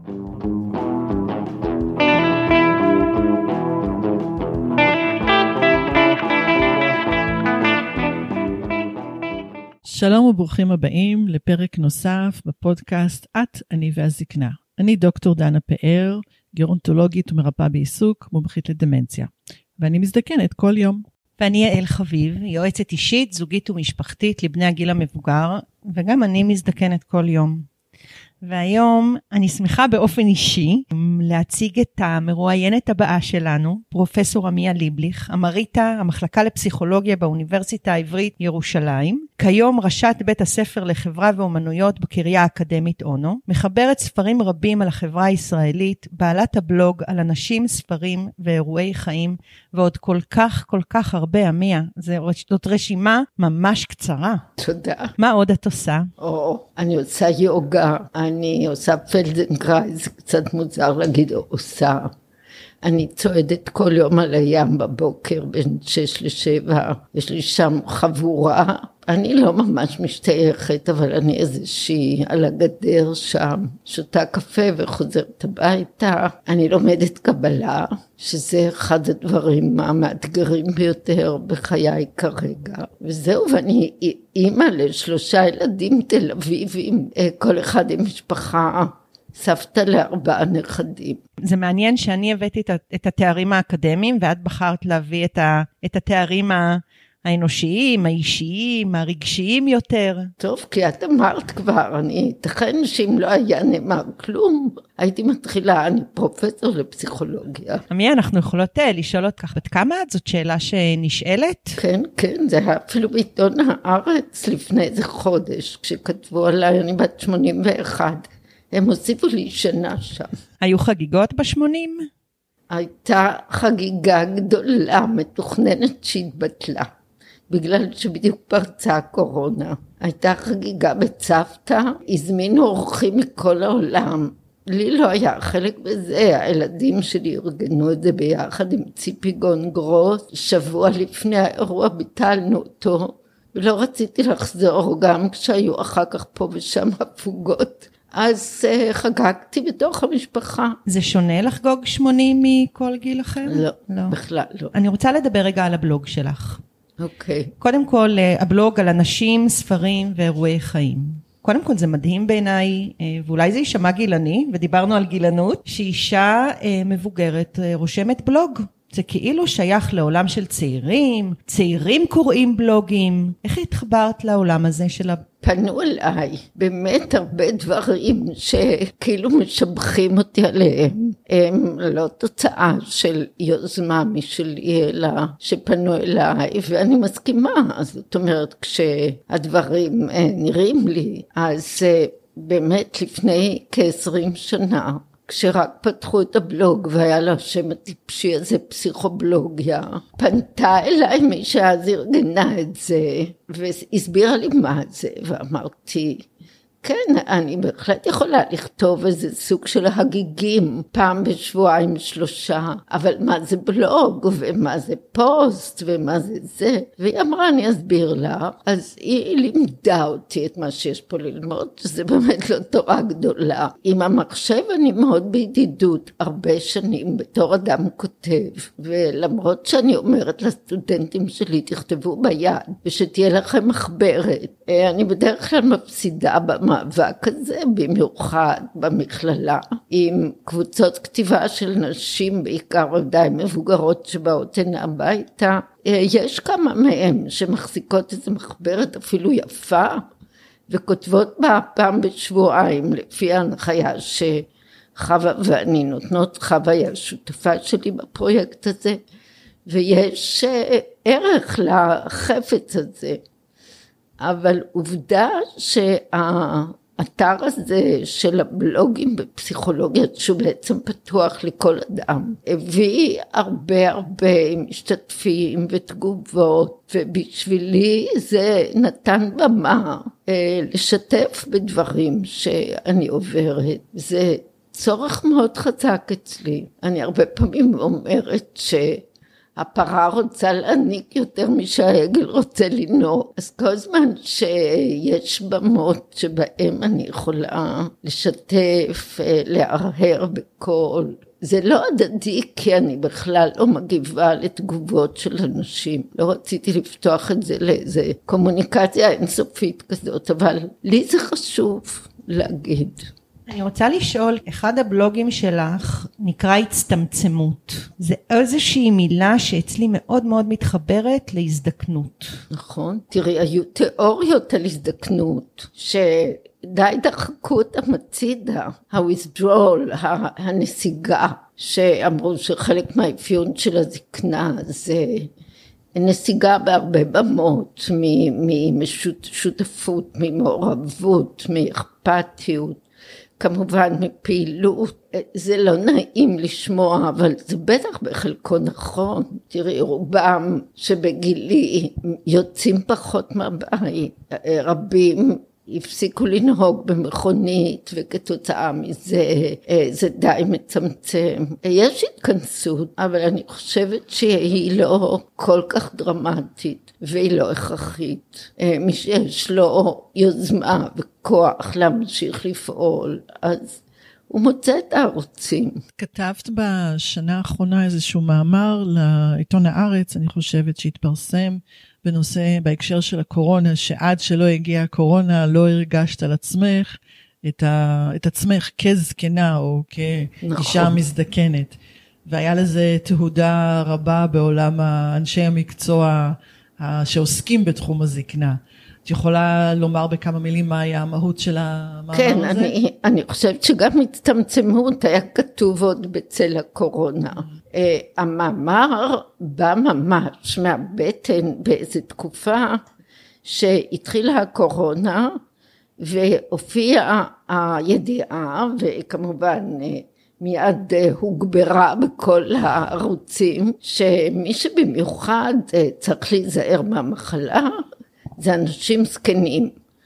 שלום וברוכים הבאים לפרק נוסף בפודקאסט את, אני והזקנה. אני דוקטור דנה פאר, גרונטולוגית ומרפאה בעיסוק, מומחית לדמנציה. ואני מזדקנת כל יום. ואני יעל חביב, יועצת אישית, זוגית ומשפחתית לבני הגיל המבוגר, וגם אני מזדקנת כל יום. והיום אני שמחה באופן אישי להציג את המרואיינת הבאה שלנו, פרופסור עמיה ליבליך, אמריטה המחלקה לפסיכולוגיה באוניברסיטה העברית ירושלים, כיום ראשת בית הספר לחברה ואומנויות בקריה האקדמית אונו, מחברת ספרים רבים על החברה הישראלית, בעלת הבלוג על אנשים, ספרים ואירועי חיים, ועוד כל כך הרבה. עמיה, זאת רשימה ממש קצרה. תודה. מה עוד את עושה? אני עושה יוגה, אני עושה פלדנקרייז, זה קצת מוזר להגיד עושה. אני צועדת כל יום על הים בבוקר בין 6 ל-7, יש לי שם חבורה. אני לא ממש משתייכת, אבל אני איזושהי על הגדר שם, שותה קפה וחוזרת הביתה. אני לומדת קבלה, שזה אחד הדברים המאתגרים ביותר בחיי כרגע. וזהו, ואני אימא ל3 ילדים תל אביבים, כל אחד עם משפחה, סבתא ל4 נכדים. זה מעניין שאני הבאתי את התארים האקדמיים, ואת בחרת להביא את התארים האנושיים, האישיים, הרגשיים יותר. טוב, כי את אמרת כבר, תכן שאם לא היה נאמר כלום, הייתי מתחילה, אני פרופסור לפסיכולוגיה. עמיה, אנחנו יכולות לשאול אותך, בת כמה את? זאת שאלה שנשאלת? כן, זה היה אפילו בעיתון הארץ לפני איזה חודש, כשכתבו עליי, אני בת 81. הם הוסיפו לי שנה שם. היו חגיגות ב-80? הייתה חגיגה גדולה, מתוכננת שהתבטלה. בגלל שבדיוק פרצה הקורונה. הייתה חגיגה בצוותא, הזמינו אורחים מכל העולם. לי לא היה חלק בזה, הילדים שלי ארגנו את זה ביחד עם ציפי גון-גרוס. שבוע לפני האירוע ביטלנו אותו, ולא רציתי לחזור גם כשהיו אחר כך פה ושם הפוגות. אז חגגתי בתוך המשפחה. זה שונה לחגוג 80 מכל גיל אחר? לא, בכלל לא. אני רוצה לדבר רגע על הבלוג שלך. אוקיי. קודם כל, הבלוג על אנשים, ספרים ואירועי חיים. קודם כל זה מדהים בעיניי, ואולי זה יישמע גילני, ודיברנו על גילנות, שאישה מבוגרת רושמת בלוג. זה כאילו שייך לעולם של צעירים קוראים בלוגים. איך התחברת לעולם הזה של פנו אליי באמת הרבה דברים שכאילו משבחים אותי עליהם. הם לא תוצאה של יוזמה משלי, אלא שפנו אליי, ואני מסכימה. זאת אומרת, כשהדברים נראים לי, אז באמת לפני כ-20 שנה, כשרק פתחו את הבלוג והיה לה שם הטיפשי הזה פסיכובלוגיה, פנתה אליי מי שאז ארגנה את זה והסבירה לי מה זה, ואמרתי, כן, אני בהחלט יכולה לכתוב איזה סוג של הגיגים, פעם בשבועיים 3, אבל מה זה בלוג, ומה זה פוסט, ומה זה, והיא אמרה, אני אסביר לה, אז היא לימדה אותי את מה שיש פה ללמוד, שזה באמת לא תורה גדולה. עם המחשב אני מאוד בידידות, הרבה שנים בתור אדם כותב, ולמרות שאני אומרת לסטודנטים שלי, תכתבו ביד, ושתהיה לכם מחברת, אני בדרך כלל מפסידה במאבק הזה, במיוחד במכללה, עם קבוצות כתיבה של נשים, בעיקר די מבוגרות שבאות הנה הביתה. יש כמה מהם שמחזיקות איזו מחברת אפילו יפה, וכותבות בה פעם בשבועיים, לפי ההנחיה שחווה ואני נותנות. חווה היא השותפה שלי בפרויקט הזה, ויש ערך לחפץ הזה. אבל עובדה שהאתר הזה של הבלוגים בפסיכולוגיה, שהוא בעצם פתוח לכל אדם, הביא הרבה משתתפים ותגובות, ובשבילי זה נתן במה לשתף בדברים שאני עוברת. זה צורך מאוד חזק אצלי. אני הרבה פעמים אומרת הפרה רוצה להניק יותר משהעגל רוצה לנהוג. אז כל זמן שיש במות שבהם אני יכולה לשתף, להרהר בקול, זה לא הדדי, כי אני בכלל לא מגיבה לתגובות של אנשים. לא רציתי לפתוח את זה לאיזה קומוניקציה אינסופית כזאת, אבל לי זה חשוב להגיד. אני רוצה לשאול, אחד הבלוגים שלך נקרא הצטמצמות. זה איזושהי מילה שאצלי מאוד מאוד מתחברת להזדקנות. נכון. תראי, היו תיאוריות על הזדקנות, שדי דחקו אותם הצידה. ה-withdrawal, הנסיגה, שאמרו שחלק מהאפיון של הזקנה זה נסיגה בהרבה במות, משותפות, ממעורבות, מאכפתיות. כמובן מפעילות, זה לא נעים לשמוע, אבל זה בטח בחלקו נכון. תראי, רובם שבגילי יוצאים פחות מהבית, רבים הפסיקו לנהוג במכונית, וכתוצאה מזה זה די מצמצם. יש התכנסות, אבל אני חושבת שהיא לא כל כך דרמטית, והיא לא הכרחית. מי שיש לו יוזמה וכוח להמשיך לפעול, אז הוא מוצא את הערוצים. כתבת בשנה האחרונה איזשהו מאמר לעיתון הארץ, אני חושבת שהתפרסם, בנושא, בהקשר של הקורונה, שעד שלא הגיעה הקורונה, לא הרגשת על עצמך, את עצמך כזקנה, או כאישה מזדקנת. והיה לזה תהודה רבה בעולם אנשי המקצוע, שעוסקים בתחום הזקנה. את יכולה לומר בכמה מילים מה היה המהות של המאמר הזה? כן, אני חושבת שגם הצטמצמות היה כתוב עוד בצל הקורונה. המאמר בא ממש מהבטן באיזו תקופה שהתחילה הקורונה, והופיעה הידיעה, וכמובן מיד הוגברה בכל הערוצים, שמי שבמיוחד צריך להיזהר מהמחלה, זה אנשים זקנים,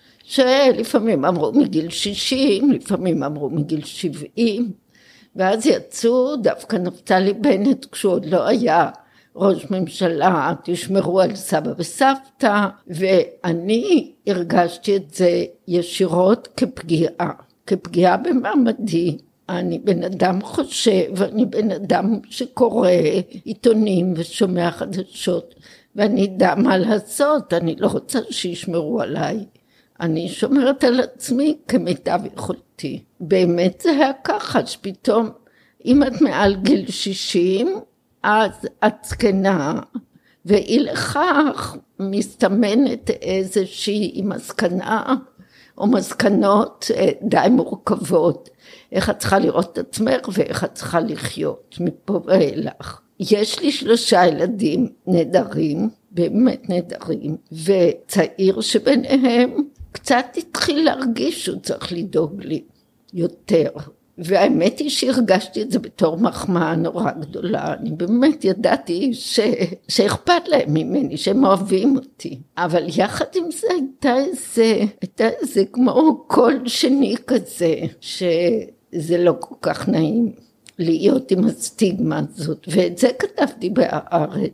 שלפעמים אמרו מגיל 60, לפעמים אמרו מגיל 70, ואז יצאו דווקא נפתלי בנט, כשהוא עוד לא היה ראש ממשלה, תשמרו על סבא וסבתא, ואני הרגשתי את זה ישירות כפגיעה במעמדי. אני בן אדם חושב, אני בן אדם שקורא עיתונים ושומע חדשות, ואני יודע מה לעשות, אני לא רוצה שישמרו עליי. אני שומרת על עצמי כמיטב יכולתי. באמת זה היה ככה, שפתאום אם את מעל גיל 60, אז את זקנה, ואי לכך מסתמנת איזושהי מסקנה, או מסקנות די מורכבות, איך את צריכה לראות את עצמך ואיך את צריכה לחיות מפה ואילך. יש לי 3 ילדים נהדרים, באמת נהדרים, וצעיר שביניהם קצת התחיל להרגיש שהוא צריך לדאוג לי יותר. והאמת היא שהרגשתי את זה בתור מחמאה נורא גדולה. אני באמת ידעתי שאכפת להם ממני, שהם אוהבים אותי. אבל יחד עם זה הייתה איזה כמו קול שני כזה, שזה לא כל כך נעים להיות עם הסטיגמה הזאת. ואת זה כתבתי בהארץ.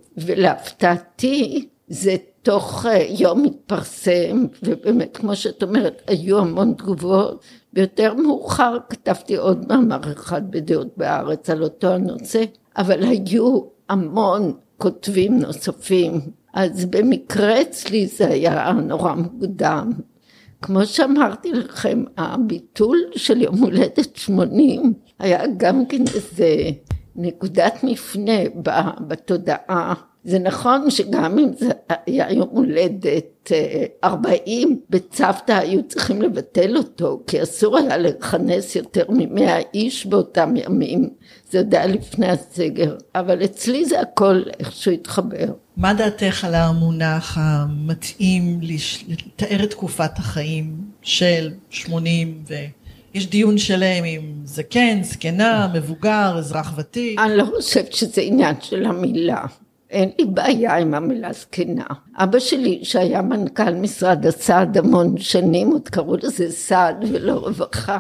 ולהפתעתי זה תוך יום התפרסם, ובאמת כמו שאת אומרת, היו המון תגובות. ביותר מאוחר כתבתי עוד מאמר אחד בדעות בהארץ על אותו הנושא, אבל היו המון כותבים נוספים, אז במקרה אצלי זה היה נורא מוקדם. כמו שאמרתי לכם, הביטול של יום הולדת 80 היה גם כן איזה נקודת מפנה בתודעה. זה נכון שגם אם זה היה יום הולדת 40, בצוותא היו צריכים לבטל אותו, כי אסור היה לכנס יותר מ100 איש באותם ימים, זה עוד היה לפני הסגר, אבל אצלי זה הכל איכשהו התחבר. מה דעתך על המונח המתאים לתאר את תקופת החיים של 80 יש דיון שלם עם זקן, זקנה, מבוגר, אזרח ותיק? אני לא חושבת שזה עניין של המילה. אין לי בעיה עם המילה זקנה. אבא שלי שהיה מנכ"ל משרד הסעד המון שנים, עוד קראו לזה סעד ולא רווחה.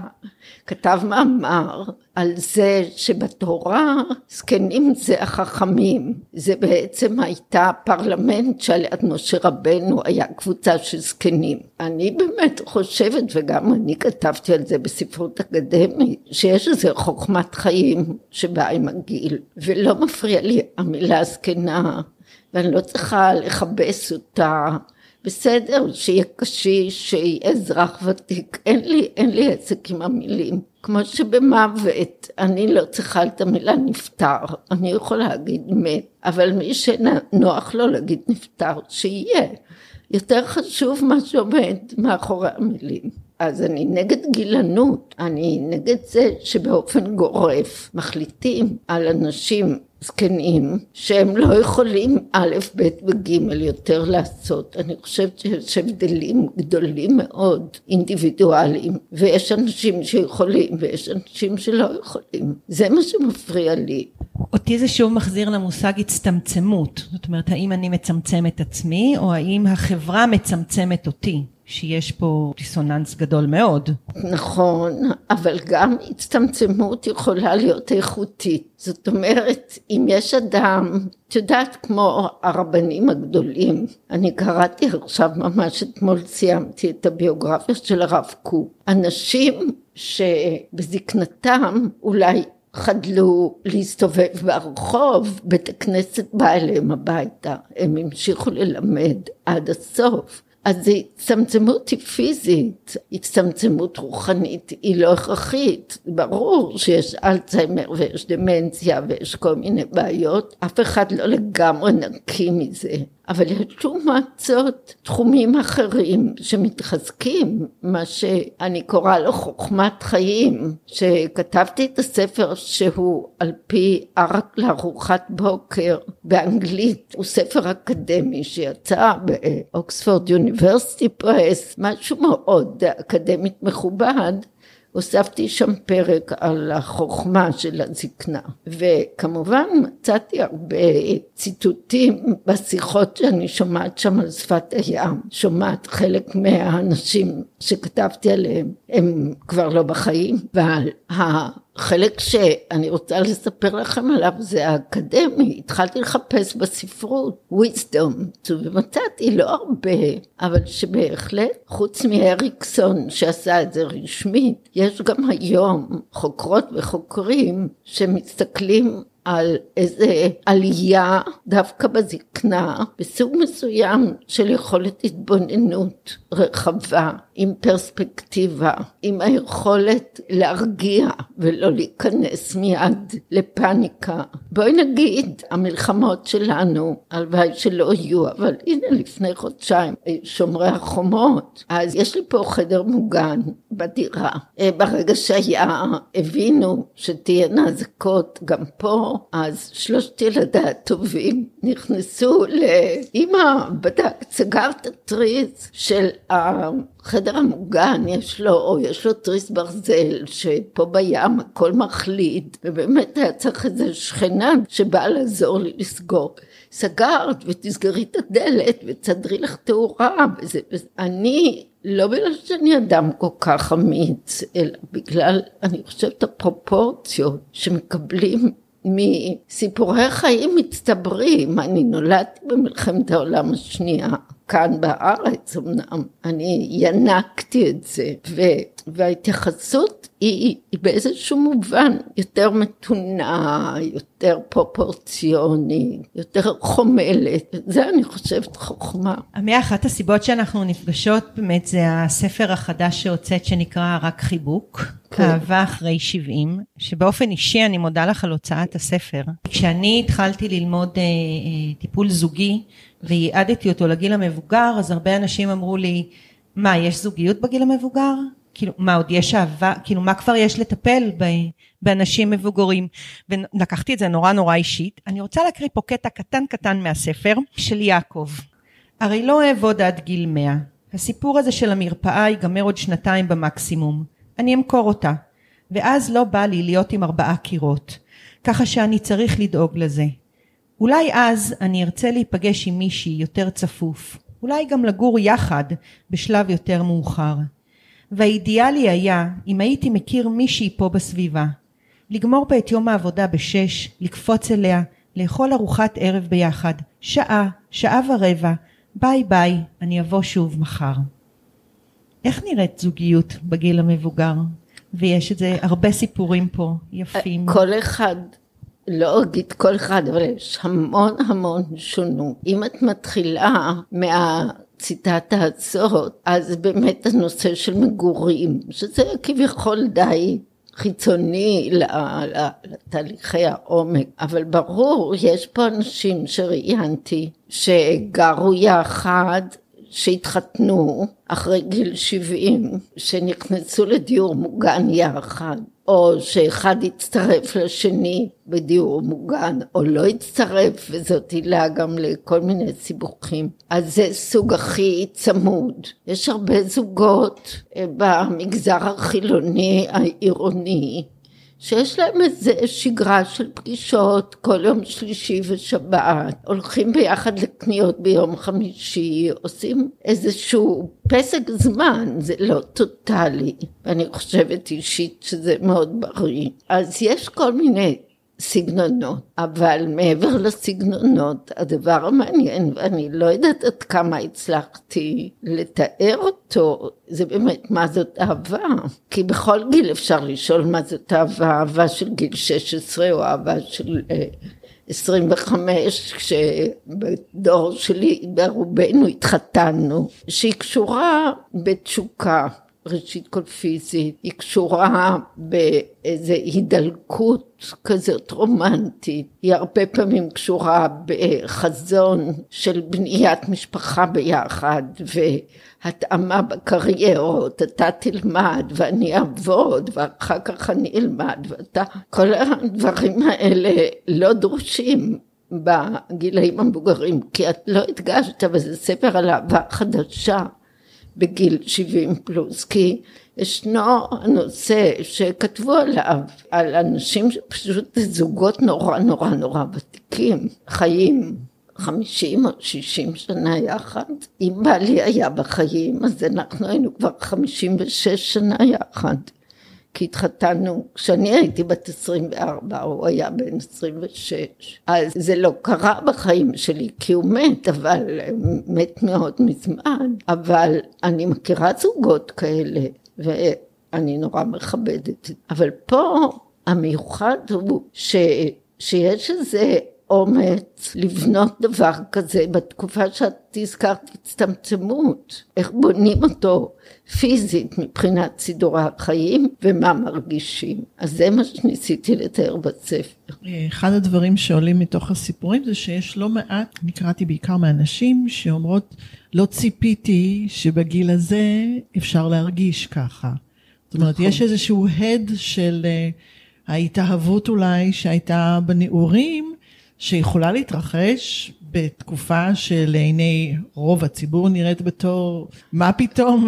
כתב מאמר על זה שבתורה זקנים זה החכמים. זה בעצם הייתה פרלמנט שעל יד משה רבנו היה קבוצה של זקנים. אני באמת חושבת, וגם אני כתבתי על זה בספרות אקדמית, שיש איזו חוכמת חיים שבאה עם הגיל, ולא מפריע לי המילה זקנה, ואני לא צריכה לחבש אותה. בסדר, שיהיה קשיש, שיהיה אזרח ותיק, אין לי עסק עם המילים. כמו שבמוות, אני לא צריכה את המילה נפטר, אני יכולה להגיד מת, אבל מי שנוח לו להגיד נפטר, שיהיה. יותר חשוב מה שעומד מאחורי המילים. אז אני נגד גילנות, אני נגד זה שבאופן גורף מחליטים על אנשים זקנים שהם לא יכולים א', ב' וג' יותר לעשות. אני חושבת שיש הבדלים גדולים מאוד אינדיבידואליים, ויש אנשים שיכולים ויש אנשים שלא יכולים. זה מה שמפריע לי. אותי זה שוב מחזיר למושג הצטמצמות. זאת אומרת, האם אני מצמצם את עצמי או האם החברה מצמצמת אותי? שיש פה דיסוננס גדול מאוד. נכון, אבל גם הצטמצמות יכולה להיות איכותית. זאת אומרת, אם יש אדם, את יודעת, כמו הרבנים הגדולים, אני קראתי עכשיו ממש אתמול סיימתי את הביוגרפיה של הרב קוק. אנשים שבזקנתם אולי חדלו להסתובב ברחוב, בית הכנסת בא אליהם הביתה, הם המשיכו ללמד עד הסוף. אז הצטמצמות היא פיזית, הצטמצמות רוחנית היא לא הכרחית. ברור שיש אלצהיימר ויש דמנציה ויש כל מיני בעיות, אף אחד לא לגמרי נקי מזה. אבל יש לעומת תחומים אחרים שמתחזקים, מה שאני קוראה לו חוכמת חיים, שכתבתי את הספר שהוא על פי ערק לארוחת בוקר באנגלית, הוא ספר אקדמי שיצא באוקספורד יוניברסיטי פרס, משהו מאוד אקדמית מכובד, הוספתי שם פרק על החוכמה של הזקנה, וכמובן מצאתי הרבה ציטוטים בשיחות שאני שומעת שם על שפת הים, שומעת חלק מהאנשים שכתבתי עליהם, הם כבר לא בחיים, ועל החלק שאני רוצה לספר לכם עליו זה האקדמי, התחלתי לחפש בספרות, wisdom, ומצאתי לא הרבה, אבל שבהחלט, חוץ מהריקסון שעשה את זה רשמית, יש גם היום חוקרות וחוקרים שמסתכלים על איזה עלייה דווקא בזקנה, בסוג מסוים של יכולת התבוננות רחבה, עם פרספקטיבה, עם היכולת להרגיע ולא להיכנס מיד לפניקה. בואי נגיד, המלחמות שלנו, הלוואי שלא יהיו, אבל הנה לפני חודשיים, שומרי החומות, אז יש לי פה חדר מוגן בדירה. ברגע הבינו שתהיינה אזעקות גם פה, אז 3 ילדיי הטובים נכנסו לאמא, בדק, סגר את התריס של החדר המוגן, יש לו תריס ברזל שפה בים הכל מחליד, ובאמת היה צריך איזה שכנה שבאה לעזור לי לסגור. סגרת ותסגרי את הדלת ותסדרי לך תאורה. אני לא בגלל שאני אדם כל כך אמיץ, אלא בגלל, אני חושבת, הפרופורציות שמקבלים מסיפורי חיים מצטברים. אני נולדתי במלחמת העולם השנייה, כאן בארץ אמנם, אני ינקתי את זה, וההתייחסות היא באיזשהו מובן יותר מתונה, יותר פרופורציונית, יותר חומלת. זה אני חושבת חוכמה. אחת הסיבות שאנחנו נפגשות באמת זה הספר החדש שהוצאת שנקרא רק חיבוק, אהבה אחרי 70, שבאופן אישי אני מודה לך על הוצאת הספר. כשאני התחלתי ללמוד טיפול זוגי וייעדתי אותו לגיל המבוגר, אז הרבה אנשים אמרו לי, מה, יש זוגיות בגיל המבוגר? כאילו, מה עוד יש אהבה? כאילו, מה כבר יש לטפל באנשים מבוגרים? ולקחתי את זה נורא אישית. אני רוצה להקריא פה קטע קטן מהספר של יעקב. הרי לא אעבוד עד גיל 100. הסיפור הזה של המרפאה ייגמר עוד 2 במקסימום. אני אמכור אותה. ואז לא בא לי להיות עם 4 קירות. ככה שאני צריך לדאוג לזה. אולי אז אני ארצה להיפגש עם מישהי יותר צפוף. אולי גם לגור יחד בשלב יותר מאוחר. והאידיאלי היה, אם הייתי מכיר מישהי פה בסביבה, לגמור בה את יום העבודה ב6, לקפוץ אליה, לאכול ארוחת ערב ביחד, שעה, שעה ורבע, ביי ביי, אני אבוא שוב מחר. איך נראית זוגיות בגיל המבוגר? ויש את זה, הרבה סיפורים פה, יפים. כל אחד, לא אגיד כל אחד, אבל יש המון המון שונות. אם את מתחילה מהציטטה הזאת, אז באמת הנושא של מגורים, שזה כביכול די חיצוני לתהליכי העומק, אבל ברור, יש פה אנשים שראיינתי, שגרו יחד, שהתחתנו אחרי גיל 70, שנכנסו לדיור מוגן יחד, או שאחד הצטרף לשני בדיור מוגן, או לא הצטרף, וזאת עילה גם לכל מיני סיבוכים. אז זה סוג הכי צמוד. יש הרבה זוגות במגזר החילוני העירוני, שיש להם איזה שגרה של פגישות כל יום שלישי ושבת, הולכים ביחד לקניות ביום חמישי, עושים איזשהו פסק זמן, זה לא טוטלי, ואני חושבת אישית שזה מאוד בריא. אז יש כל מיני סגנונות, אבל מעבר לסגנונות, הדבר המעניין, ואני לא יודעת עד כמה הצלחתי לתאר אותו, זה באמת מה זאת אהבה. כי בכל גיל אפשר לשאול מה זאת אהבה, אהבה של גיל 16 או אהבה של 25, כשבדור שלי, ברובנו התחתנו, שהיא קשורה בתשוקה. ראשית כל פיזית, היא קשורה באיזו הידלקות כזאת רומנטית, היא הרבה פעמים קשורה בחזון של בניית משפחה ביחד, והתאמה בקריירות, אתה תלמד ואני אעבוד, ואחר כך אני אלמד, ואתה, כל הדברים האלה לא דרושים בגילאים המבוגרים, כי את לא הדגשת, וזה ספר על אהבה חדשה, בגיל 70 פלוס, כי ישנו הנושא שכתבו עליו, על אנשים שפשוט זוגות נורא נורא נורא ותיקים, חיים 50 או 60 שנה יחד. אם בעלי היה בחיים, אז אנחנו היינו כבר 56 שנה יחד, כי התחתנו כשאני הייתי בת 24, הוא היה בן 26. אז זה לא קרה בחיים שלי, כי הוא מת, אבל מת מאוד מזמן. אבל אני מכירה זוגות כאלה, ואני נורא מכבדת. אבל פה המיוחד הוא שיש איזה אומץ לבנות דבר כזה בתקופה שאת הזכרת הצטמצמות, איך בונים אותו פיזית מבחינת סידורי החיים ומה מרגישים. אז זה מה שניסיתי לתאר בספר. אחד הדברים שעולים מתוך הסיפורים זה שיש לא מעט, אני קראתי בעיקר מאנשים שאומרות, לא ציפיתי שבגיל הזה אפשר להרגיש ככה. זאת אומרת, יש איזשהו הד של ההתאהבות אולי שהייתה בנעורים, שיכולה להתרחש בתקופה שלעיני רוב הציבור נראית בתור, מה פתאום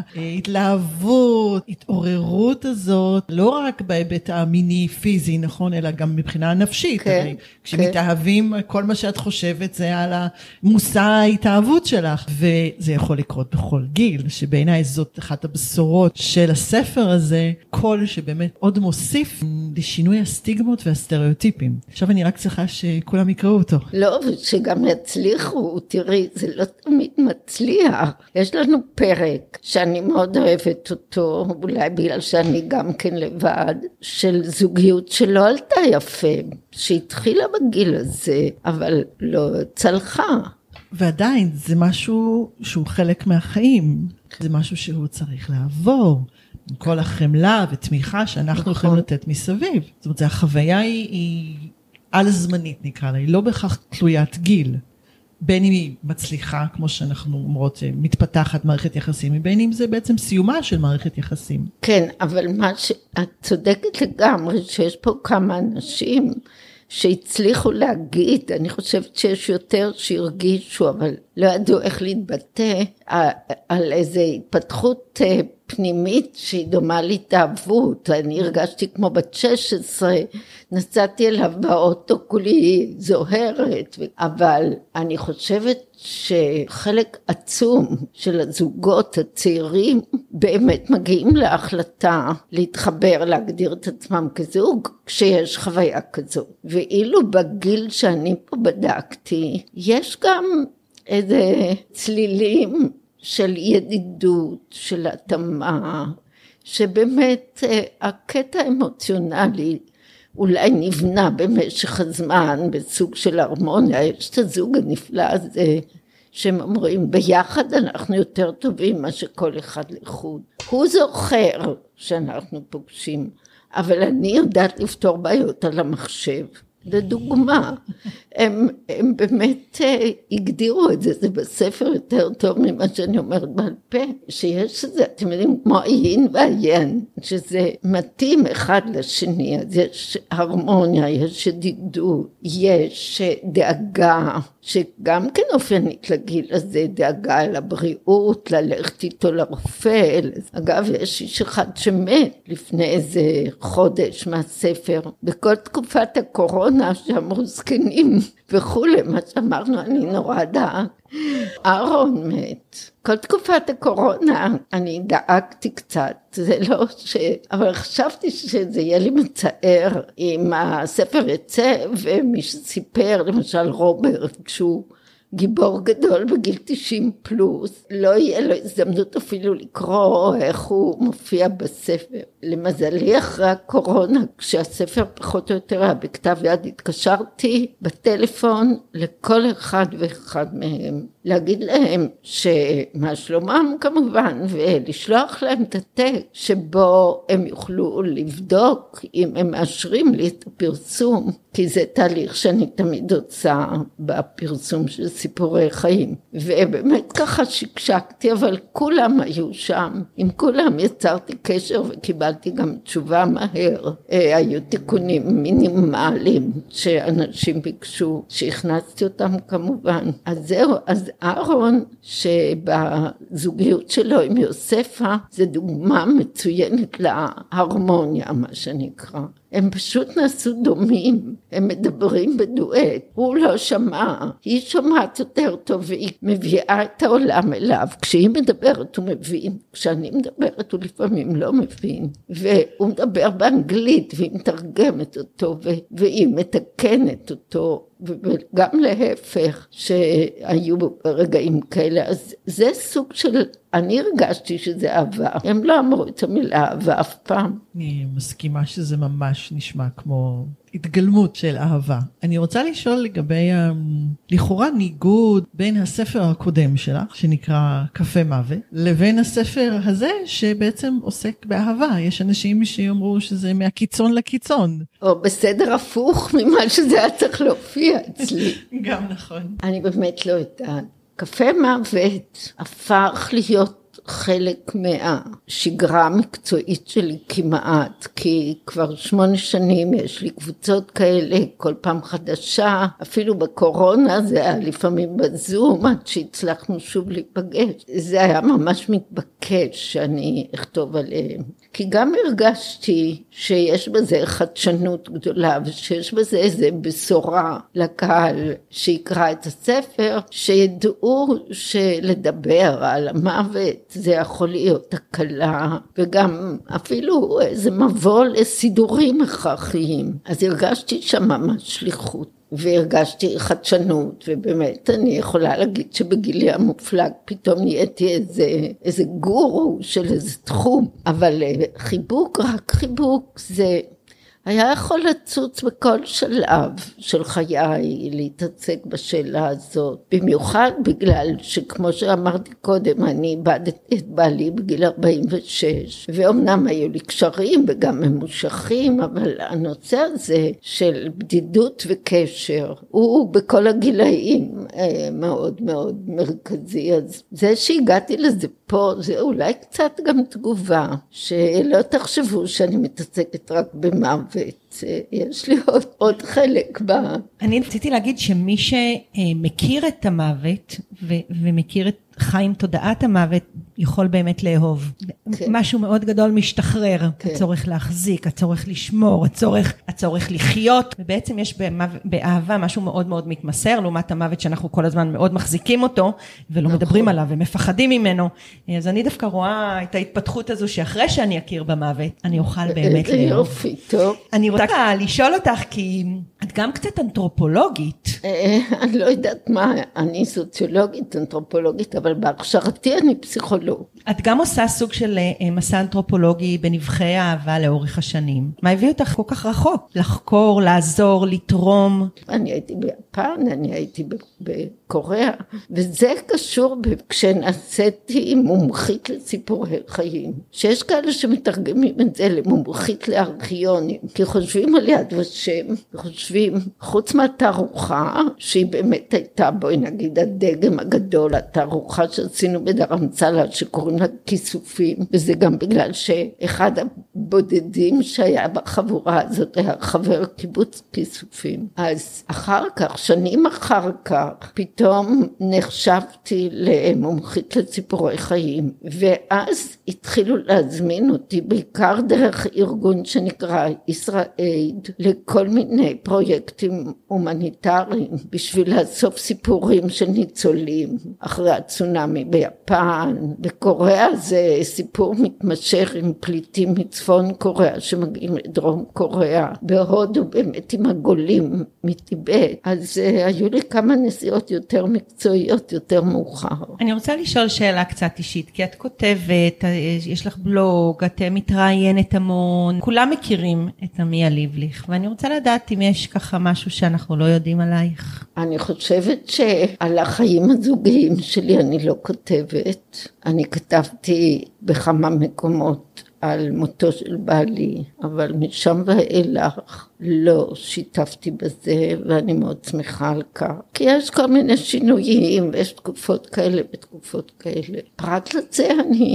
ההתלהבות, התעוררות הזאת, לא רק בהיבט המיני פיזי, נכון, אלא גם מבחינה נפשית. כן, הרי כשמתאהבים, כל מה שאת חושבת זה על המושא ההתאהבות שלך, וזה יכול לקרות בכל גיל, שבעיניי זאת אחת הבשורות של הספר הזה, קול שבאמת עוד מוסיף לשינוי הסטיגמות והסטריאוטיפים. עכשיו אני רק צריכה שכולם יקראו אותו. לא, שגם יצליחו, תראי, זה לא תמיד מצליח. יש לנו פרק שאני מאוד אוהבת אותו, אולי בגלל שאני גם כן לבד, של זוגיות שלא עלתה יפה, שהתחילה בגיל הזה, אבל לא צלחה. ועדיין זה משהו שהוא חלק מהחיים, זה משהו שהוא צריך לעבור, עם כל החמלה ותמיכה שאנחנו יכולים לתת מסביב. זאת אומרת, החוויה היא על זמנית נקרא לה, היא לא בכך תלוית גיל, בין אם היא מצליחה, כמו שאנחנו אומרות, מתפתחת מערכת יחסים, בין אם זה בעצם סיומה של מערכת יחסים. כן, אבל את צודקת לגמרי שיש פה כמה אנשים שהצליחו להגיד, אני חושבת שיש יותר שהרגישו, אבל לא ידעו איך להתבטא, על איזו התפתחות פנימית שהיא דומה להתאהבות. אני הרגשתי כמו בת 16, נסעתי אליו באוטו כולי זוהרת, אבל אני חושבת שחלק עצום של הזוגות הצעירים באמת מגיעים להחלטה להתחבר, להגדיר את עצמם כזוג, כשיש חוויה כזו. ואילו בגיל שאני פה בדקתי, יש גם איזה צלילים של ידידות, של התאמה, שבאמת הקטע האמוציונלי אולי נבנה במשך הזמן בסוג של הרמוניה. יש את הזוג הנפלא הזה שהם אומרים ביחד אנחנו יותר טובים מה שכל אחד לחוד. הוא זוכר שאנחנו פוגשים, אבל אני יודעת לפתור בעיות על המחשב. לדוגמה, הם באמת הגדירו את זה, זה בספר יותר טוב ממה שאני אומרת בעל פה, שיש את זה, אתם יודעים, כמו עיין ועיין, שזה מתאים אחד לשני, אז יש הרמוניה, יש ידידות, יש דאגה, שגם כן אופיינית לגיל הזה, דאגה לבריאות, ללכת איתו לרופא. אגב, יש איש אחד שמת לפני איזה חודש מהספר, בכל תקופת הקורונה שאמרו זקנים וכולי, מה שאמרנו, אני נורא דאג. אהרון מת. כל תקופת הקורונה אני דאגתי קצת, זה לא אבל חשבתי שזה יהיה לי מצער אם הספר יצא, ומי שסיפר, למשל רוברט, כשהוא גיבור גדול בגיל 90 פלוס, לא יהיה לו הזדמנות אפילו לקרוא איך הוא מופיע בספר. למזלי אחרי הקורונה, כשהספר פחות או יותר היה בכתב יד, התקשרתי בטלפון לכל אחד ואחד מהם, להגיד להם שמה שלומם כמובן, ולשלוח להם את הטקסט שבו הם יוכלו לבדוק אם הם מאשרים לי את הפרסום, כי זה תהליך שאני תמיד עושה בפרסום של סיפורי חיים. ובאמת ככה שקשקתי, אבל כולם היו שם, עם כולם יצרתי קשר וקיבלתי גם תשובה מהר. היו תיקונים מינימליים שאנשים ביקשו, שהכנסתי אותם כמובן. אז זהו, אז אהרון שבזוגיות שלו עם יוספה, זה דוגמה מצוינת להרמוניה, מה שנקרא. הם פשוט נעשו דומים, הם מדברים בדואט, הוא לא שמע, היא שומעת יותר טוב והיא מביאה את העולם אליו, כשהיא מדברת הוא מבין, כשאני מדברת הוא לפעמים לא מבין, והוא מדבר באנגלית והיא מתרגמת אותו והיא מתקנת אותו, וגם להפך שהיו רגעים כאלה. אז זה סוג של, אני הרגשתי שזה אהבה, הם לא אמרו את המילה אהבה אף פעם. אני מסכימה שזה ממש נשמע כמו התגלמות של אהבה. אני רוצה לשאול לגבי לכאורה ניגוד בין הספר הקודם שלך, שנקרא קפה מוות, לבין הספר הזה שבעצם עוסק באהבה. יש אנשים שיאמרו שזה מהקיצון לקיצון. או בסדר הפוך ממה שזה היה צריך להופיע אצלי. גם נכון. אני באמת לא יודעת. קפה מוות הפך להיות חלק מהשגרה המקצועית שלי כמעט, כי כבר 8 שנים יש לי קבוצות כאלה, כל פעם חדשה, אפילו בקורונה זה היה לפעמים בזום, עד שהצלחנו שוב להיפגש. זה היה ממש מתבקש שאני אכתוב עליהם. כי גם הרגשתי שיש בזה חדשנות גדולה, ושיש בזה איזה בשורה לקהל שיקרא את הספר, שידעו שלדבר על המוות זה יכול להיות הקלה, וגם אפילו איזה מבוא לסידורים הכרחיים. אז הרגשתי שם ממש שליחות. והרגשתי חדשנות, ובאמת אני יכולה להגיד שבגילי המופלג פתאום נהייתי איזה גורו של איזה תחום, אבל חיבוק, רק חיבוק זה היה יכול לצוץ בכל שלב של חיי, להתעסק בשאלה הזאת, במיוחד בגלל שכמו שאמרתי קודם, אני איבדתי את בעלי בגיל 46, ואומנם היו לי קשרים וגם ממושכים, אבל הנושא הזה של בדידות וקשר, הוא בכל הגילאים מאוד מאוד מרכזי. אז זה שהגעתי לזה פה, זה אולי קצת גם תגובה, שלא תחשבו שאני מתעסקת רק במוות. יש לי עוד חלק בה. אני רציתי להגיד שמי שמכיר את המוות ומכיר את חיים תודעת המוות, יכול באמת לאהוב. כן. משהו מאוד גדול משתחרר. כן. הצורך להחזיק, הצורך לשמור, הצורך לחיות. ובעצם יש באהבה משהו מאוד מאוד מתמסר, לעומת המוות שאנחנו כל הזמן מאוד מחזיקים אותו, ולא מדברים עליו ומפחדים ממנו. אז אני דווקא רואה את ההתפתחות הזו שאחרי שאני אכיר במוות, אני אוכל באמת לאהוב. יופי, טוב. אני רוצה לשאול אותך, כי את גם קצת אנתרופולוגית. אני לא יודעת מה, אני סוציולוגית, אנתרופולוגית, אבל בהכשרתי אני פסיכולוג. את גם עושה סוג של מסע אנתרופולוגי בנבחי האהבה לאורך השנים. מה הביא אותך כל כך רחוק? לחקור, לעזור, לתרום? אני הייתי ביפן, אני הייתי בקוריאה, וזה קשור כשנעשיתי מומחית לסיפורי חיים. שיש כאלה שמתרגמים את זה למומחית לארכיונים, כי חושבים על יד ושם, וחושבים, חוץ מהתערוכה, שהיא באמת הייתה, בואי נגיד, הדגם הגדול, התערוכה שעשינו בדרמצלה, שקוראים לה כיסופים, וזה גם בגלל שאחד הבודדים שהיה בחבורה הזאת, היה חבר קיבוץ כיסופים. אז אחר כך, שנים אחר כך, פתאום נחשבתי למומחית לסיפורי חיים, ואז התחילו להזמין אותי, בעיקר דרך ארגון שנקרא ישראל, לכל מיני פרויקטים הומניטריים, בשביל לאסוף סיפורים של ניצולים, אחרי הצונאמי ביפן. בקוריאה זה סיפור מתמשך עם פליטים מצפון קוריאה שמגיעים לדרום קוריאה, בהודו באמת עם הגולים מטיבט. אז היו לי כמה נסיעות יותר מקצועיות, יותר מאוחר. אני רוצה לשאול שאלה קצת אישית, כי את כותבת, יש לך בלוג, את מתראיינת המון, כולם מכירים את עמיה ליבליך, ואני רוצה לדעת אם יש ככה משהו שאנחנו לא יודעים עלייך. אני חושבת שעל החיים הזוגיים שלי אני לא כותבת. אני כתבתי בכמה מקומות על מותו של בעלי, אבל משם ואילך לא שיתפתי בזה, ואני מאוד שמחה על כך. כי יש כל מיני שינויים, ויש תקופות כאלה ותקופות כאלה. פרט לזה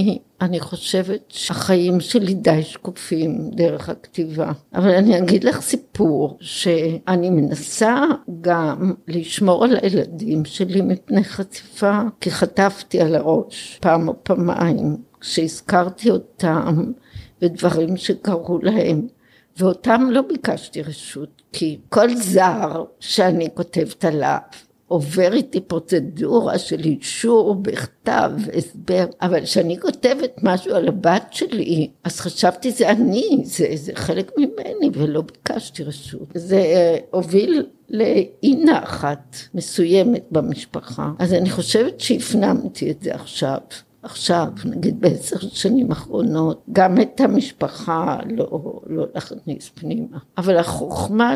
אני חושבת שהחיים שלי די שקופים דרך הכתיבה. אבל אני אגיד לך סיפור, שאני מנסה גם לשמור על הילדים שלי מפני חשיפה, כי חטפתי על הראש פעם או פעמיים, כשהזכרתי אותם ודברים שקרו להם, ואותם לא ביקשתי רשות, כי כל זר שאני כותבת עליו, עובר איתי פרוצדורה של אישור בכתב, הסבר, אבל כשאני כותבת משהו על הבת שלי, אז חשבתי זה אני, זה חלק ממני, ולא ביקשתי רשות. זה הוביל לאי נחת מסוימת במשפחה, אז אני חושבת שהפנמתי את זה עכשיו, נגיד ב10 שנים האחרונות, גם את המשפחה לא להכניס פנימה. אבל החוכמה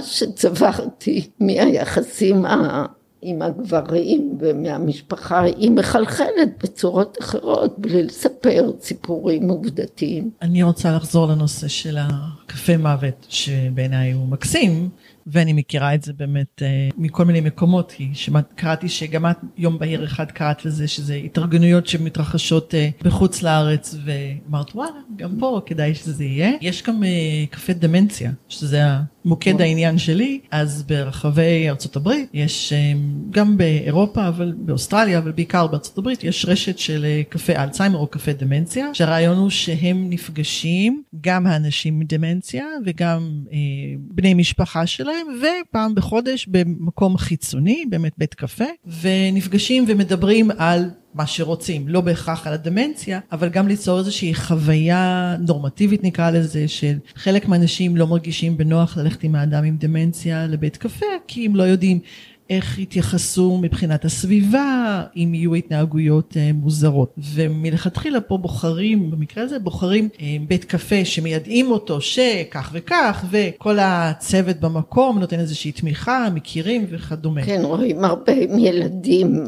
שצברתי מהיחסים עם הגברים ומהמשפחה, היא מחלחלת בצורות אחרות, בלי לספר סיפורים עובדתיים. אני רוצה לחזור לנושא של הקפה מוות, שבעיניי הוא מקסים, ואני מכירה את זה באמת מכל מיני מקומות, כי קראתי שגם את יום בהיר אחד קראת לזה, שזה התארגנויות שמתרחשות בחוץ לארץ, ואמרת וואלה, גם פה כדאי שזה יהיה. יש גם קפה דמנציה, שזה מוקד העניין שלי, אז ברחבי ארצות הברית, יש גם באירופה, אבל באוסטרליה, אבל בעיקר בארצות הברית, יש רשת של קפה אלצהיימר או קפה דמנציה, שהרעיון הוא שהם נפגשים, גם האנשים עם דמנציה, וגם בני משפחה שלהם, ופעם בחודש במקום חיצוני, באמת בית קפה, ונפגשים ומדברים על מה שרוצים, לא בהכרח על הדמנציה, אבל גם ליצור איזושהי חוויה נורמטיבית נקרא לזה, של חלק מהאנשים לא מרגישים בנוח ללכת עם האדם עם דמנציה לבית קפה, כי הם לא יודעים איך יתייחסו מבחינת הסביבה, אם יהיו התנהגויות מוזרות. ומלכתחילה פה בוחרים, במקרה הזה בוחרים בית קפה שמיידעים אותו שכך וכך, וכל הצוות במקום נותן איזושהי תמיכה, מכירים וכדומה. כן, רואים הרבה ילדים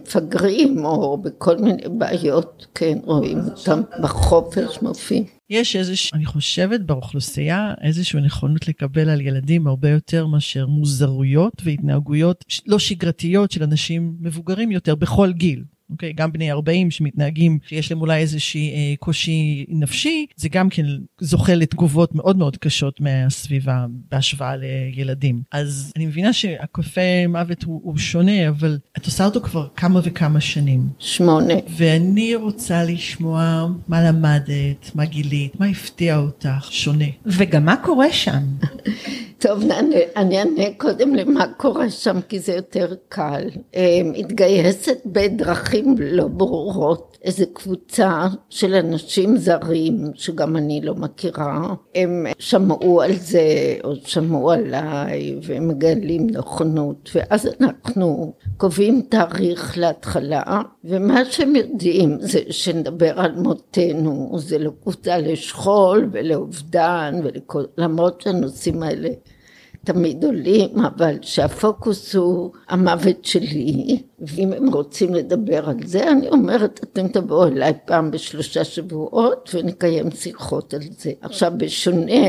מפגרים או בכל מיני בעיות, כן, רואים אותם בחופש מופיעים. יש אני חושבת באוכלוסייה איזושהי נכונות לקבל על ילדים הרבה יותר מאשר מוזרויות והתנהגויות לא שגרתיות של אנשים מבוגרים יותר בכל גיל. אוקיי? גם בני 40 שמתנהגים, שיש להם אולי איזושהי קושי נפשי, זה גם כן זוכה לתגובות מאוד מאוד קשות מהסביבה בהשוואה לילדים. אז אני מבינה שהקפה מוות הוא שונה, אבל את עושה אותו כבר כמה וכמה שנים. 8. ואני רוצה לשמוע מה למדת, מה גילית, מה הפתיע אותך, שונה. וגם מה קורה שם? טוב, אני אענה קודם למה קורה שם, כי זה יותר קל. מתגייסת בדרכים לא ברורות. איזו קבוצה של אנשים זרים, שגם אני לא מכירה, הם שמעו על זה, או שמעו עליי, והם מגלים נכונות, ואז אנחנו קובעים תאריך להתחלה, ומה שהם יודעים זה שנדבר על מותנו, זה לא קבוצה לשכול ולאובדן, למרות שהנושאים האלה תמיד עולים, אבל שהפוקוס הוא המוות שלי, ואם הם רוצים לדבר על זה, אני אומרת, אתם תבואו אליי פעם ב3 שבועות, ונקיים שיחות על זה. עכשיו, בשונה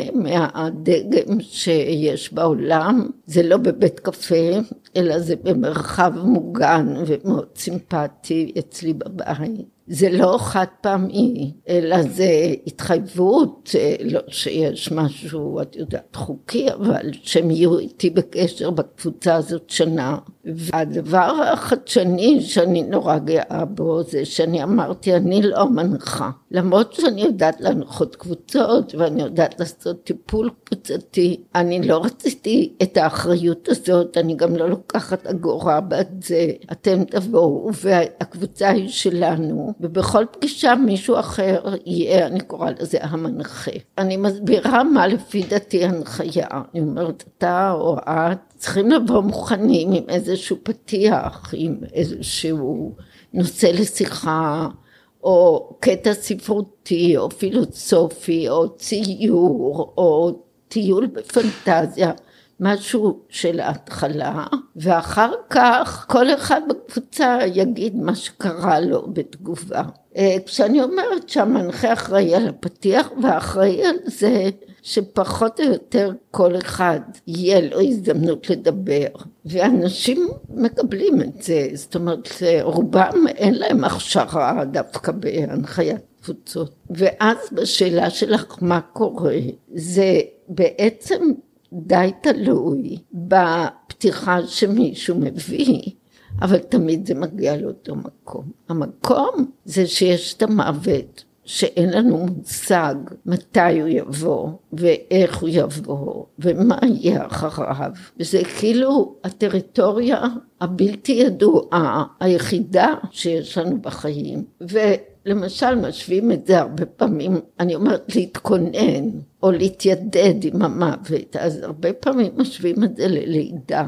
מהדגם שיש בעולם, זה לא בבית קפה, אלא זה במרחב מוגן ומאוד סימפטי אצלי בבית. זה לא חד פעמי, אלא זה התחייבות, לא שיש משהו, את יודעת, חוקי, אבל שהם יהיו איתי בקשר בקבוצה הזאת שנה. והדבר החדשני שאני נורא גאה בו, זה שאני אמרתי, אני לא מנחה. למרות שאני יודעת להנחות קבוצות, ואני יודעת לעשות טיפול קבוצתי, אני לא רציתי את האחריות הזאת, אני גם לא לוקחת אגורה בעד זה. אתם תבואו, והקבוצה היא שלנו, ובכל פגישה מישהו אחר יהיה, אני קורא לזה המנחה. אני מסבירה מה לפי דעתי הנחיה. אני אומרת, אתה או את צריכים לבוא מוכנים עם איזשהו פתיח, עם איזשהו נושא לשיחה, או קטע ספרותי, או פילוסופי, או ציור, או טיול בפנטזיה. משהו של ההתחלה, ואחר כך כל אחד בקבוצה יגיד מה שקרה לו בתגובה. כשאני אומרת שהמנחה אחראי על הפתיח, ואחראי על זה שפחות או יותר כל אחד יהיה לו הזדמנות לדבר, ואנשים מקבלים את זה, זאת אומרת רובם אין להם הכשרה דווקא בהנחיית קבוצות. ואז בשאלה שלך מה קורה, זה בעצם די תלוי בפתיחה שמישהו מביא, אבל תמיד זה מגיע לאותו מקום. המקום זה שיש את המוות, שאין לנו מושג מתי הוא יבוא, ואיך הוא יבוא, ומה יהיה אחריו. וזה כאילו הטריטוריה הבלתי ידועה, היחידה שיש לנו בחיים. ולמשל משווים את זה הרבה פעמים, אני אומרת להתכונן, או להתיידד עם המוות, אז הרבה פעמים משווים את זה ללידה,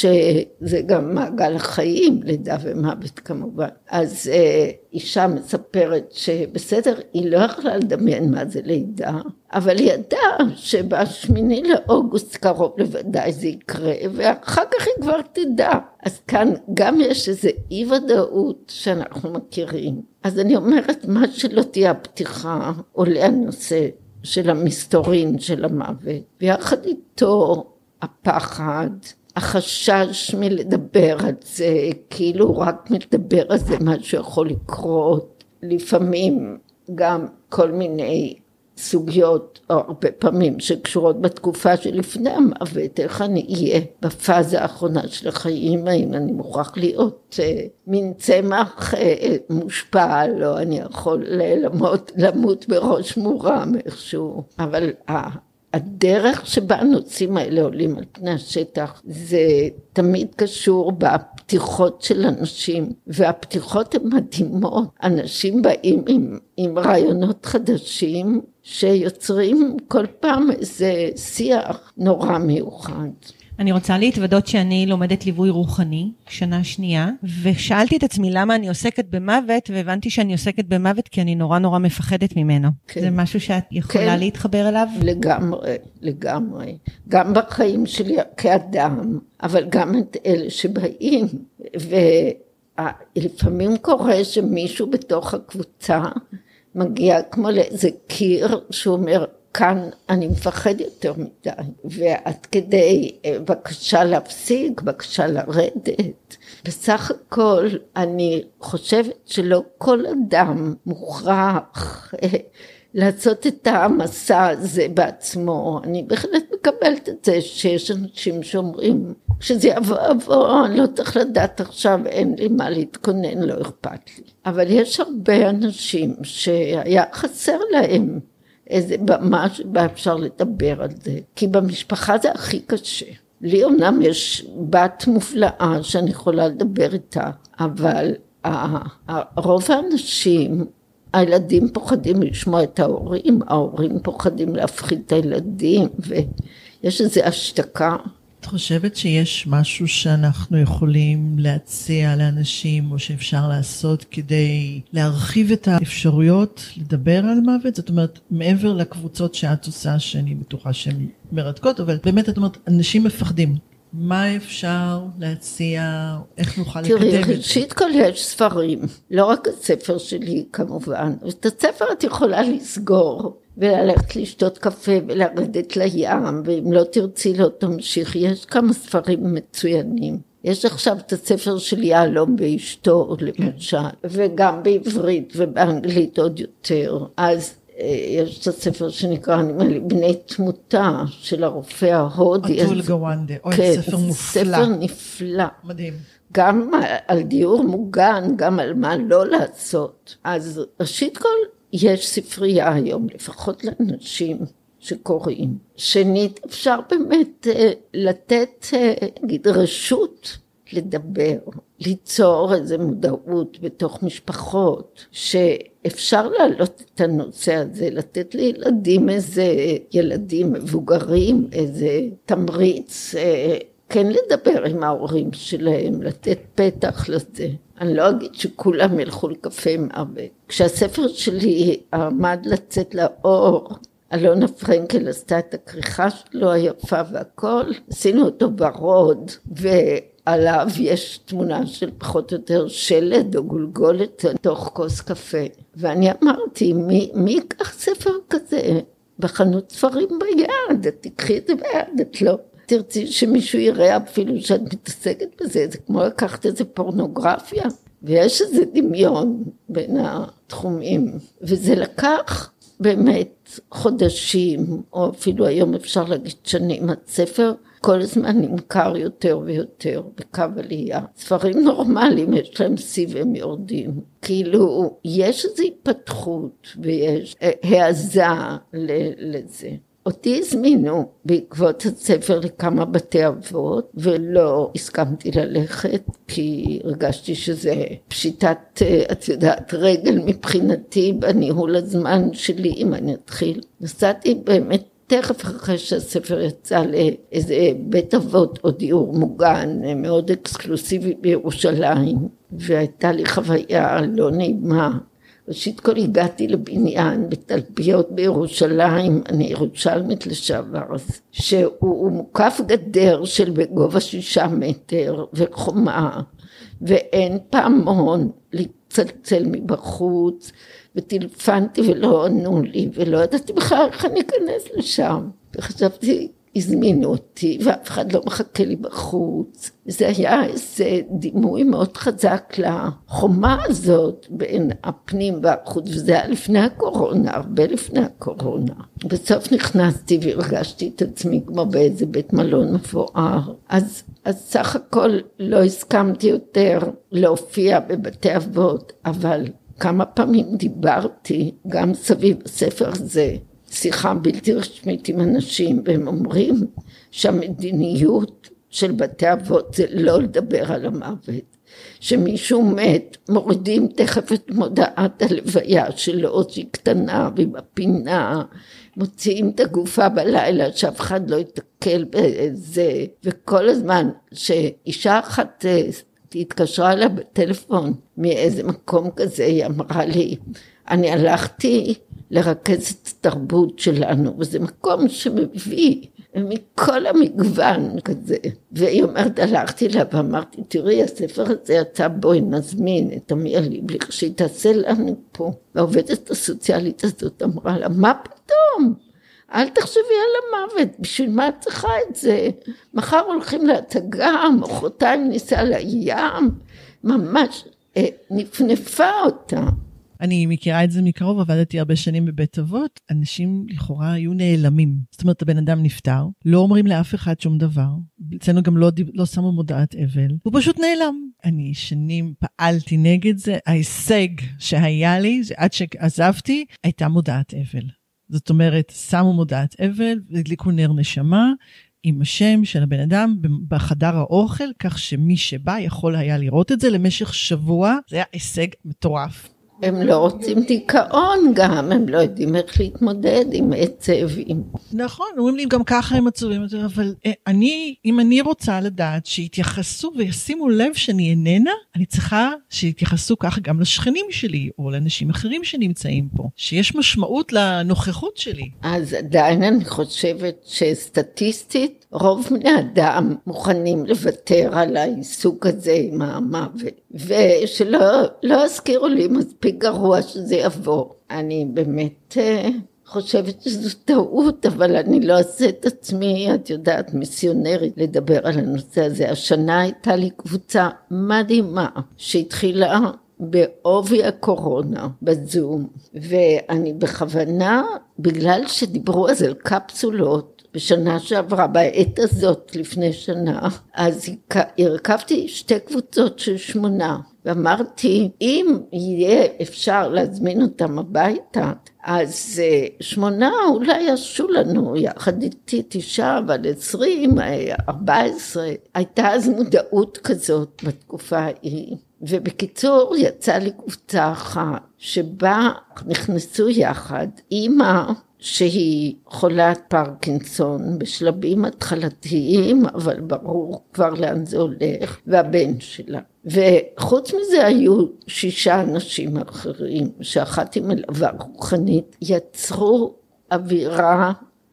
שזה גם מעגל החיים, לידה ומוות כמובן. אז אישה מספרת שבסדר, היא לא יכלה לדמיין מה זה לידה, אבל היא ידעה שבשמיני לאוגוסט קרוב לוודאי זה יקרה, ואחר כך היא כבר תדע. אז כאן גם יש איזו אי ודאות שאנחנו מכירים. אז אני אומרת, מה שלא תהיה הפתיחה, עולה הנושא של המסתורין של המוות, ויחד איתו הפחד, החשש מלדבר על זה, כאילו רק מדבר על זה מה שיכול לקרות, לפעמים גם כל מיני סוגיות, או הרבה פעמים שקשורות בתקופה שלפני המוות, איך אני אהיה בפאזה האחרונה של החיים, האם אני מוכרח להיות מין צמח מושפל, או אני יכול למות בראש מורם איכשהו, אבל הדרך שבה הנושאים האלה עולים על פני השטח, זה תמיד קשור בפתיחות של אנשים, והפתיחות הן מדהימות. אנשים באים עם רעיונות חדשים, שיוצרים כל פעם איזה שיח נורא מיוחד. אני רוצה להתוודות שאני לומדת ליווי רוחני, שנה שנייה, ושאלתי את עצמי למה אני עוסקת במוות, והבנתי שאני עוסקת במוות כי אני נורא נורא מפחדת ממנו. כן. זה משהו שאת יכולה כן. להתחבר אליו? לגמרי, לגמרי. גם בחיים שלי כאדם, אבל גם את אלה שבאים. ולפעמים קורה שמישהו בתוך הקבוצה מגיע כמו לאיזה קיר, שהוא אומר, כאן אני מפחד יותר מדי, ועד כדי בקשה להפסיק, בקשה לרדת. בסך הכל אני חושבת שלא כל אדם מוכרח לעשות את המסע הזה בעצמו. אני בהחלט מקבלת את זה שיש אנשים שאומרים, כשזה יבוא, אני לא צריך לדעת עכשיו, אין לי מה להתכונן, לא אכפת לי. אבל יש הרבה אנשים שהיה חסר להם איזה במה שבה אפשר לדבר על זה, כי במשפחה זה הכי קשה. לי אומנם יש בת מופלאה שאני יכולה לדבר איתה, אבל רוב האנשים, הילדים פוחדים לשמוע את ההורים, ההורים פוחדים להפחיד את הילדים, ויש איזו השתקה. את חושבת שיש משהו שאנחנו יכולים להציע לאנשים, או שאפשר לעשות כדי להרחיב את האפשרויות לדבר על מוות? זאת אומרת, מעבר לקבוצות שאת עושה, שאני בטוחה שהן מרתקות, אבל באמת את אומרת, אנשים מפחדים. מה אפשר להציע, איך נוכל לקדם את זה? תראי, ראשית כל יש ספרים, לא רק הספר שלי כמובן, את הספר את יכולה לסגור, וללכת לשתות קפה ולרדת לים, ואם לא תרצי לא תמשיך, יש כמה ספרים מצוינים. יש עכשיו את הספר של יהלום ואשתו למשל, וגם בעברית ובאנגלית עוד יותר, אז יש את הספר שנקרא בני תמותה של הרופא ההודי. אטול גוואנדה, אוי, ספר מופלא. ספר נפלא. מדהים. גם על דיור מוגן, גם על מה לא לעשות. אז ראשית כל, יש ספרייה היום, לפחות לאנשים שקוראים. שנית, אפשר באמת לתת, נגיד, רשות לדבר, ליצור איזו מודעות בתוך משפחות, שאפשר להעלות את הנושא הזה, לתת לילדים ילדים מבוגרים, איזה תמריץ, כן לדבר עם ההורים שלהם, לתת פתח לזה. אני לא אגיד שכולם ילכו לקפה עם מוות. כשהספר שלי עמד לצאת לאור, אלונה פרנקל עשתה את הכריכה שלו היפה והכל, עשינו אותו ברוד, ועליו יש תמונה של פחות או יותר שלד או גולגולת תוך כוס קפה. ואני אמרתי, מי ייקח ספר כזה בחנות ספרים ביד? את תקחי את זה ביד, את לא תרצי שמישהו יראה אפילו שאת מתעסקת בזה, זה כמו לקחת איזה פורנוגרפיה, ויש איזה דמיון בין התחומים, וזה לקח באמת חודשים, או אפילו היום אפשר להגיד שנים, הספר כל הזמן נמכר יותר ויותר בקו עלייה. ספרים נורמליים יש להם שיא והם יורדים, כאילו יש איזו התפתחות ויש העזה לזה. אותי הזמינו בעקבות הספר לכמה בתי אבות, ולא הסכמתי ללכת, כי הרגשתי שזה פשיטת, את יודעת, רגל מבחינתי בניהול הזמן שלי, אם אני אתחיל. נסעתי באמת תכף אחרי שהספר יצא לאיזה בית אבות או דיור מוגן, מאוד אקסקלוסיבי בירושלים, והייתה לי חוויה לא נעימה. ראשית כל הגעתי לבניין בתלפיות בירושלים, אני ירושלמית לשעבר, שהוא מוקף גדר של בגובה 6 מטר וחומה, ואין פעמון לצלצל מבחוץ, וטלפנתי ולא ענו לי, ולא ידעתי בכלל איך אני אכנס לשם, וחשבתי, הזמינו אותי, ואף אחד לא מחכה לי בחוץ. זה היה איזה דימוי מאוד חזק לחומה הזאת, בין הפנים והחוץ, וזה היה לפני הקורונה, הרבה לפני הקורונה. בסוף נכנסתי והרגשתי את עצמי כמו באיזה בית מלון מפואר. אז סך הכל לא הסכמתי יותר להופיע בבתי אבות, אבל כמה פעמים דיברתי, גם סביב הספר הזה, שיחה בלתי רשמית עם אנשים, והם אומרים שהמדיניות של בתי אבות זה לא לדבר על המוות. שמישהו מת, מורידים תכף את מודעת הלוויה שלו, שהיא קטנה ובפינה, מוציאים את הגופה בלילה, שאף אחד לא יתקל בזה, וכל הזמן שאישה אחת התקשרה אליה בטלפון מאיזה מקום כזה, היא אמרה לי, אני הלכתי לרכז את התרבות שלנו, וזה מקום שמביא מכל המגוון כזה. והיא אומרת, הלכתי לה ואמרתי, תראי, הספר הזה יצא, בואי נזמין את אמיר ליבליך, שהיא תעשה לנו פה. והעובדת הסוציאלית הזאת אמרה לה, מה פתאום? אל תחשבי על המוות, בשביל מה את צריכה את זה? מחר הולכים להצגה, מחרתיים ניסע לים, ממש נפנפה אותה. אני מכירה את זה מקרוב, עבדתי הרבה שנים בבית אבות, אנשים לכאורה היו נעלמים. זאת אומרת, הבן אדם נפטר, לא אומרים לאף אחד שום דבר, אצלנו גם לא שמו מודעת אבל, הוא פשוט נעלם. אני שנים פעלתי נגד זה, ההישג שהיה לי, עד שעזבתי, הייתה מודעת אבל. זאת אומרת, שמו מודעת אבל, והדליקו נר נשמה, עם השם של הבן אדם בחדר האוכל, כך שמי שבא יכול היה לראות את זה למשך שבוע, זה היה הישג מטורף. הם לא רוצים דיכאון גם, הם לא יודעים איך להתמודד עם עצב. נכון, אומרים לי גם ככה הם עצובים, אבל אם אני רוצה לדעת שיתייחסו וישימו לב שאני איננה, אני צריכה שיתייחסו ככה גם לשכנים שלי, או לאנשים אחרים שנמצאים פה, שיש משמעות לנוכחות שלי. אז עדיין אני חושבת שסטטיסטית, רוב בני אדם מוכנים לוותר על העיסוק הזה עם המוות, ושלא הזכירו לי מספיק גרוע שזה יבוא. אני באמת חושבת שזו טעות, אבל אני לא אעשה את עצמי, את יודעת, מיסיונרית לדבר על הנושא הזה. השנה הייתה לי קבוצה מדהימה שהתחילה בעובי הקורונה בזום, ואני בכוונה, בגלל שדיברו אז על קפסולות, בשנה שעברה, בעת הזאת לפני שנה, אז הרכבתי 2 קבוצות של 8, ואמרתי, אם יהיה אפשר להזמין אותם הביתה, אז 8 אולי ירשו לנו, יחד איתי 9, אבל 20, 14, הייתה אז מודעות כזאת בתקופה ההיא. ובקיצור יצא לי קבוצה אחת, שבה נכנסו יחד אמא, שהיא חולת פרקינסון בשלבים התחלתיים, אבל ברור כבר לאן זה הולך, והבן שלה. וחוץ מזה היו 6 אנשים אחרים, שאחת היא מלווה רוחנית, יצרו אווירה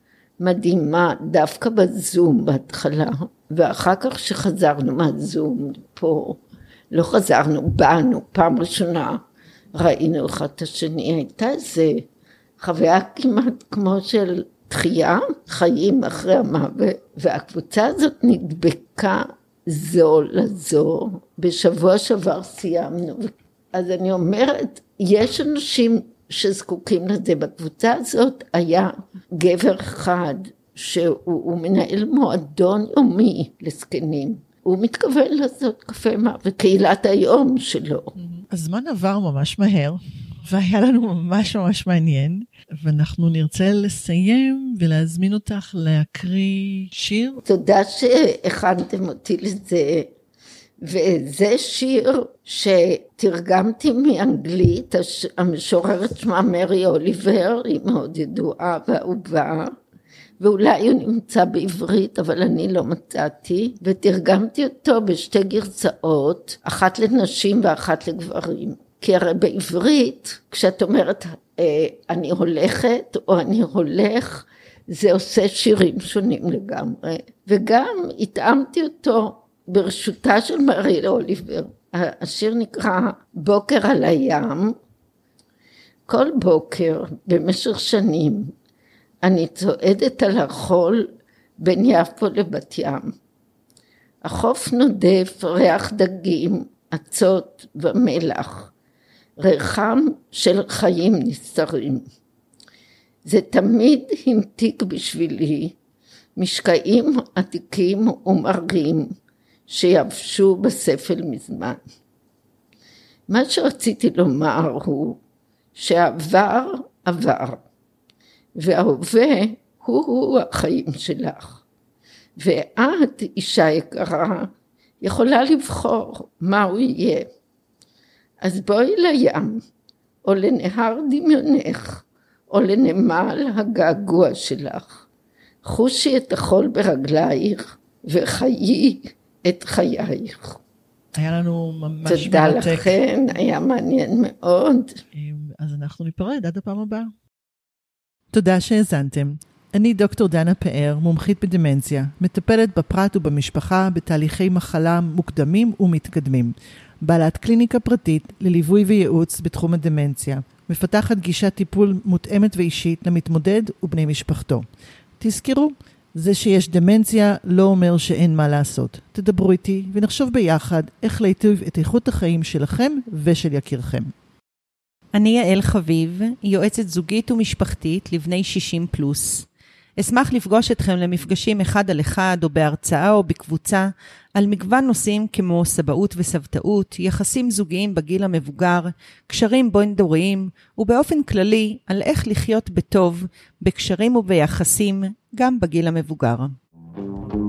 מדהימה, דווקא בזום בהתחלה, ואחר כך שחזרנו מהזום פה, לא חזרנו, באנו, פעם ראשונה ראינו אחד את השני, הייתה איזה חוויה כמעט כמו של תחייה, חיים אחרי המוות, והקבוצה הזאת נדבקה זו לזו. בשבוע שעבר סיימנו, אז אני אומרת, יש אנשים שזקוקים לזה. בקבוצה הזאת היה גבר אחד שהוא מנהל מועדון יומי לזקנים. הוא מתכוון לעשות קפה מוות, קהילת היום שלו. הזמן עבר ממש מהר, והיה לנו ממש ממש מעניין, ואנחנו נרצה לסיים ולהזמין אותך להקריא שיר. תודה שהכנתם אותי לזה, וזה שיר שתרגמתי מאנגלית, המשוררת שמה מרי אוליבר, היא מאוד ידועה ואהובה, ואולי הוא נמצא בעברית, אבל אני לא מצאתי, ותרגמתי אותו ב2 גרסאות, אחת לנשים ואחת לגברים. כי הרי בעברית, כשאת אומרת אני הולכת או אני הולך, זה עושה שירים שונים לגמרי. וגם התאמתי אותו ברשותה של מרי אוליבר. השיר נקרא בוקר על הים. כל בוקר במשך שנים אני צועדת על החול בין יפו לבת ים. החוף נודף ריח דגים, עצות ומלח. ריחם של חיים נסתרים. זה תמיד המתיק בשבילי משקעים עתיקים ומרים שיבשו בספל מזמן. מה שרציתי לומר הוא שהעבר עבר, וההווה הוא החיים שלך. ואת, אישה יקרה, יכולה לבחור מה הוא יהיה. אז בואי לים, או לנהר דמיונך, או לנמל הגעגוע שלך. חושי את החול ברגלייך, וחיי את חייך. היה לנו ממש מרתק. תודה לכן, היה מעניין מאוד. אז אנחנו ניפרד עד הפעם הבאה. תודה שהאזנתם. אני דוקטור דנה פאר, מומחית בדמנציה, מטפלת בפרט ובמשפחה בתהליכי מחלה מוקדמים ומתקדמים. בעלת קליניקה פרטית לליווי וייעוץ בתחום הדמנציה. מפתחת גישת טיפול מותאמת ואישית למתמודד ובני משפחתו. תזכרו, זה שיש דמנציה לא אומר שאין מה לעשות. תדברו איתי ונחשוב ביחד איך להיטיב את איכות החיים שלכם ושל יקירכם. אני יעל חביב, יועצת זוגית ומשפחתית לבני 60 פלוס. אשמח לפגוש אתכם למפגשים אחד על אחד או בהרצאה או בקבוצה על מגוון נושאים כמו סבאות וסבתאות, יחסים זוגיים בגיל המבוגר, קשרים בין דוריים ובאופן כללי על איך לחיות בטוב, בקשרים וביחסים גם בגיל המבוגר.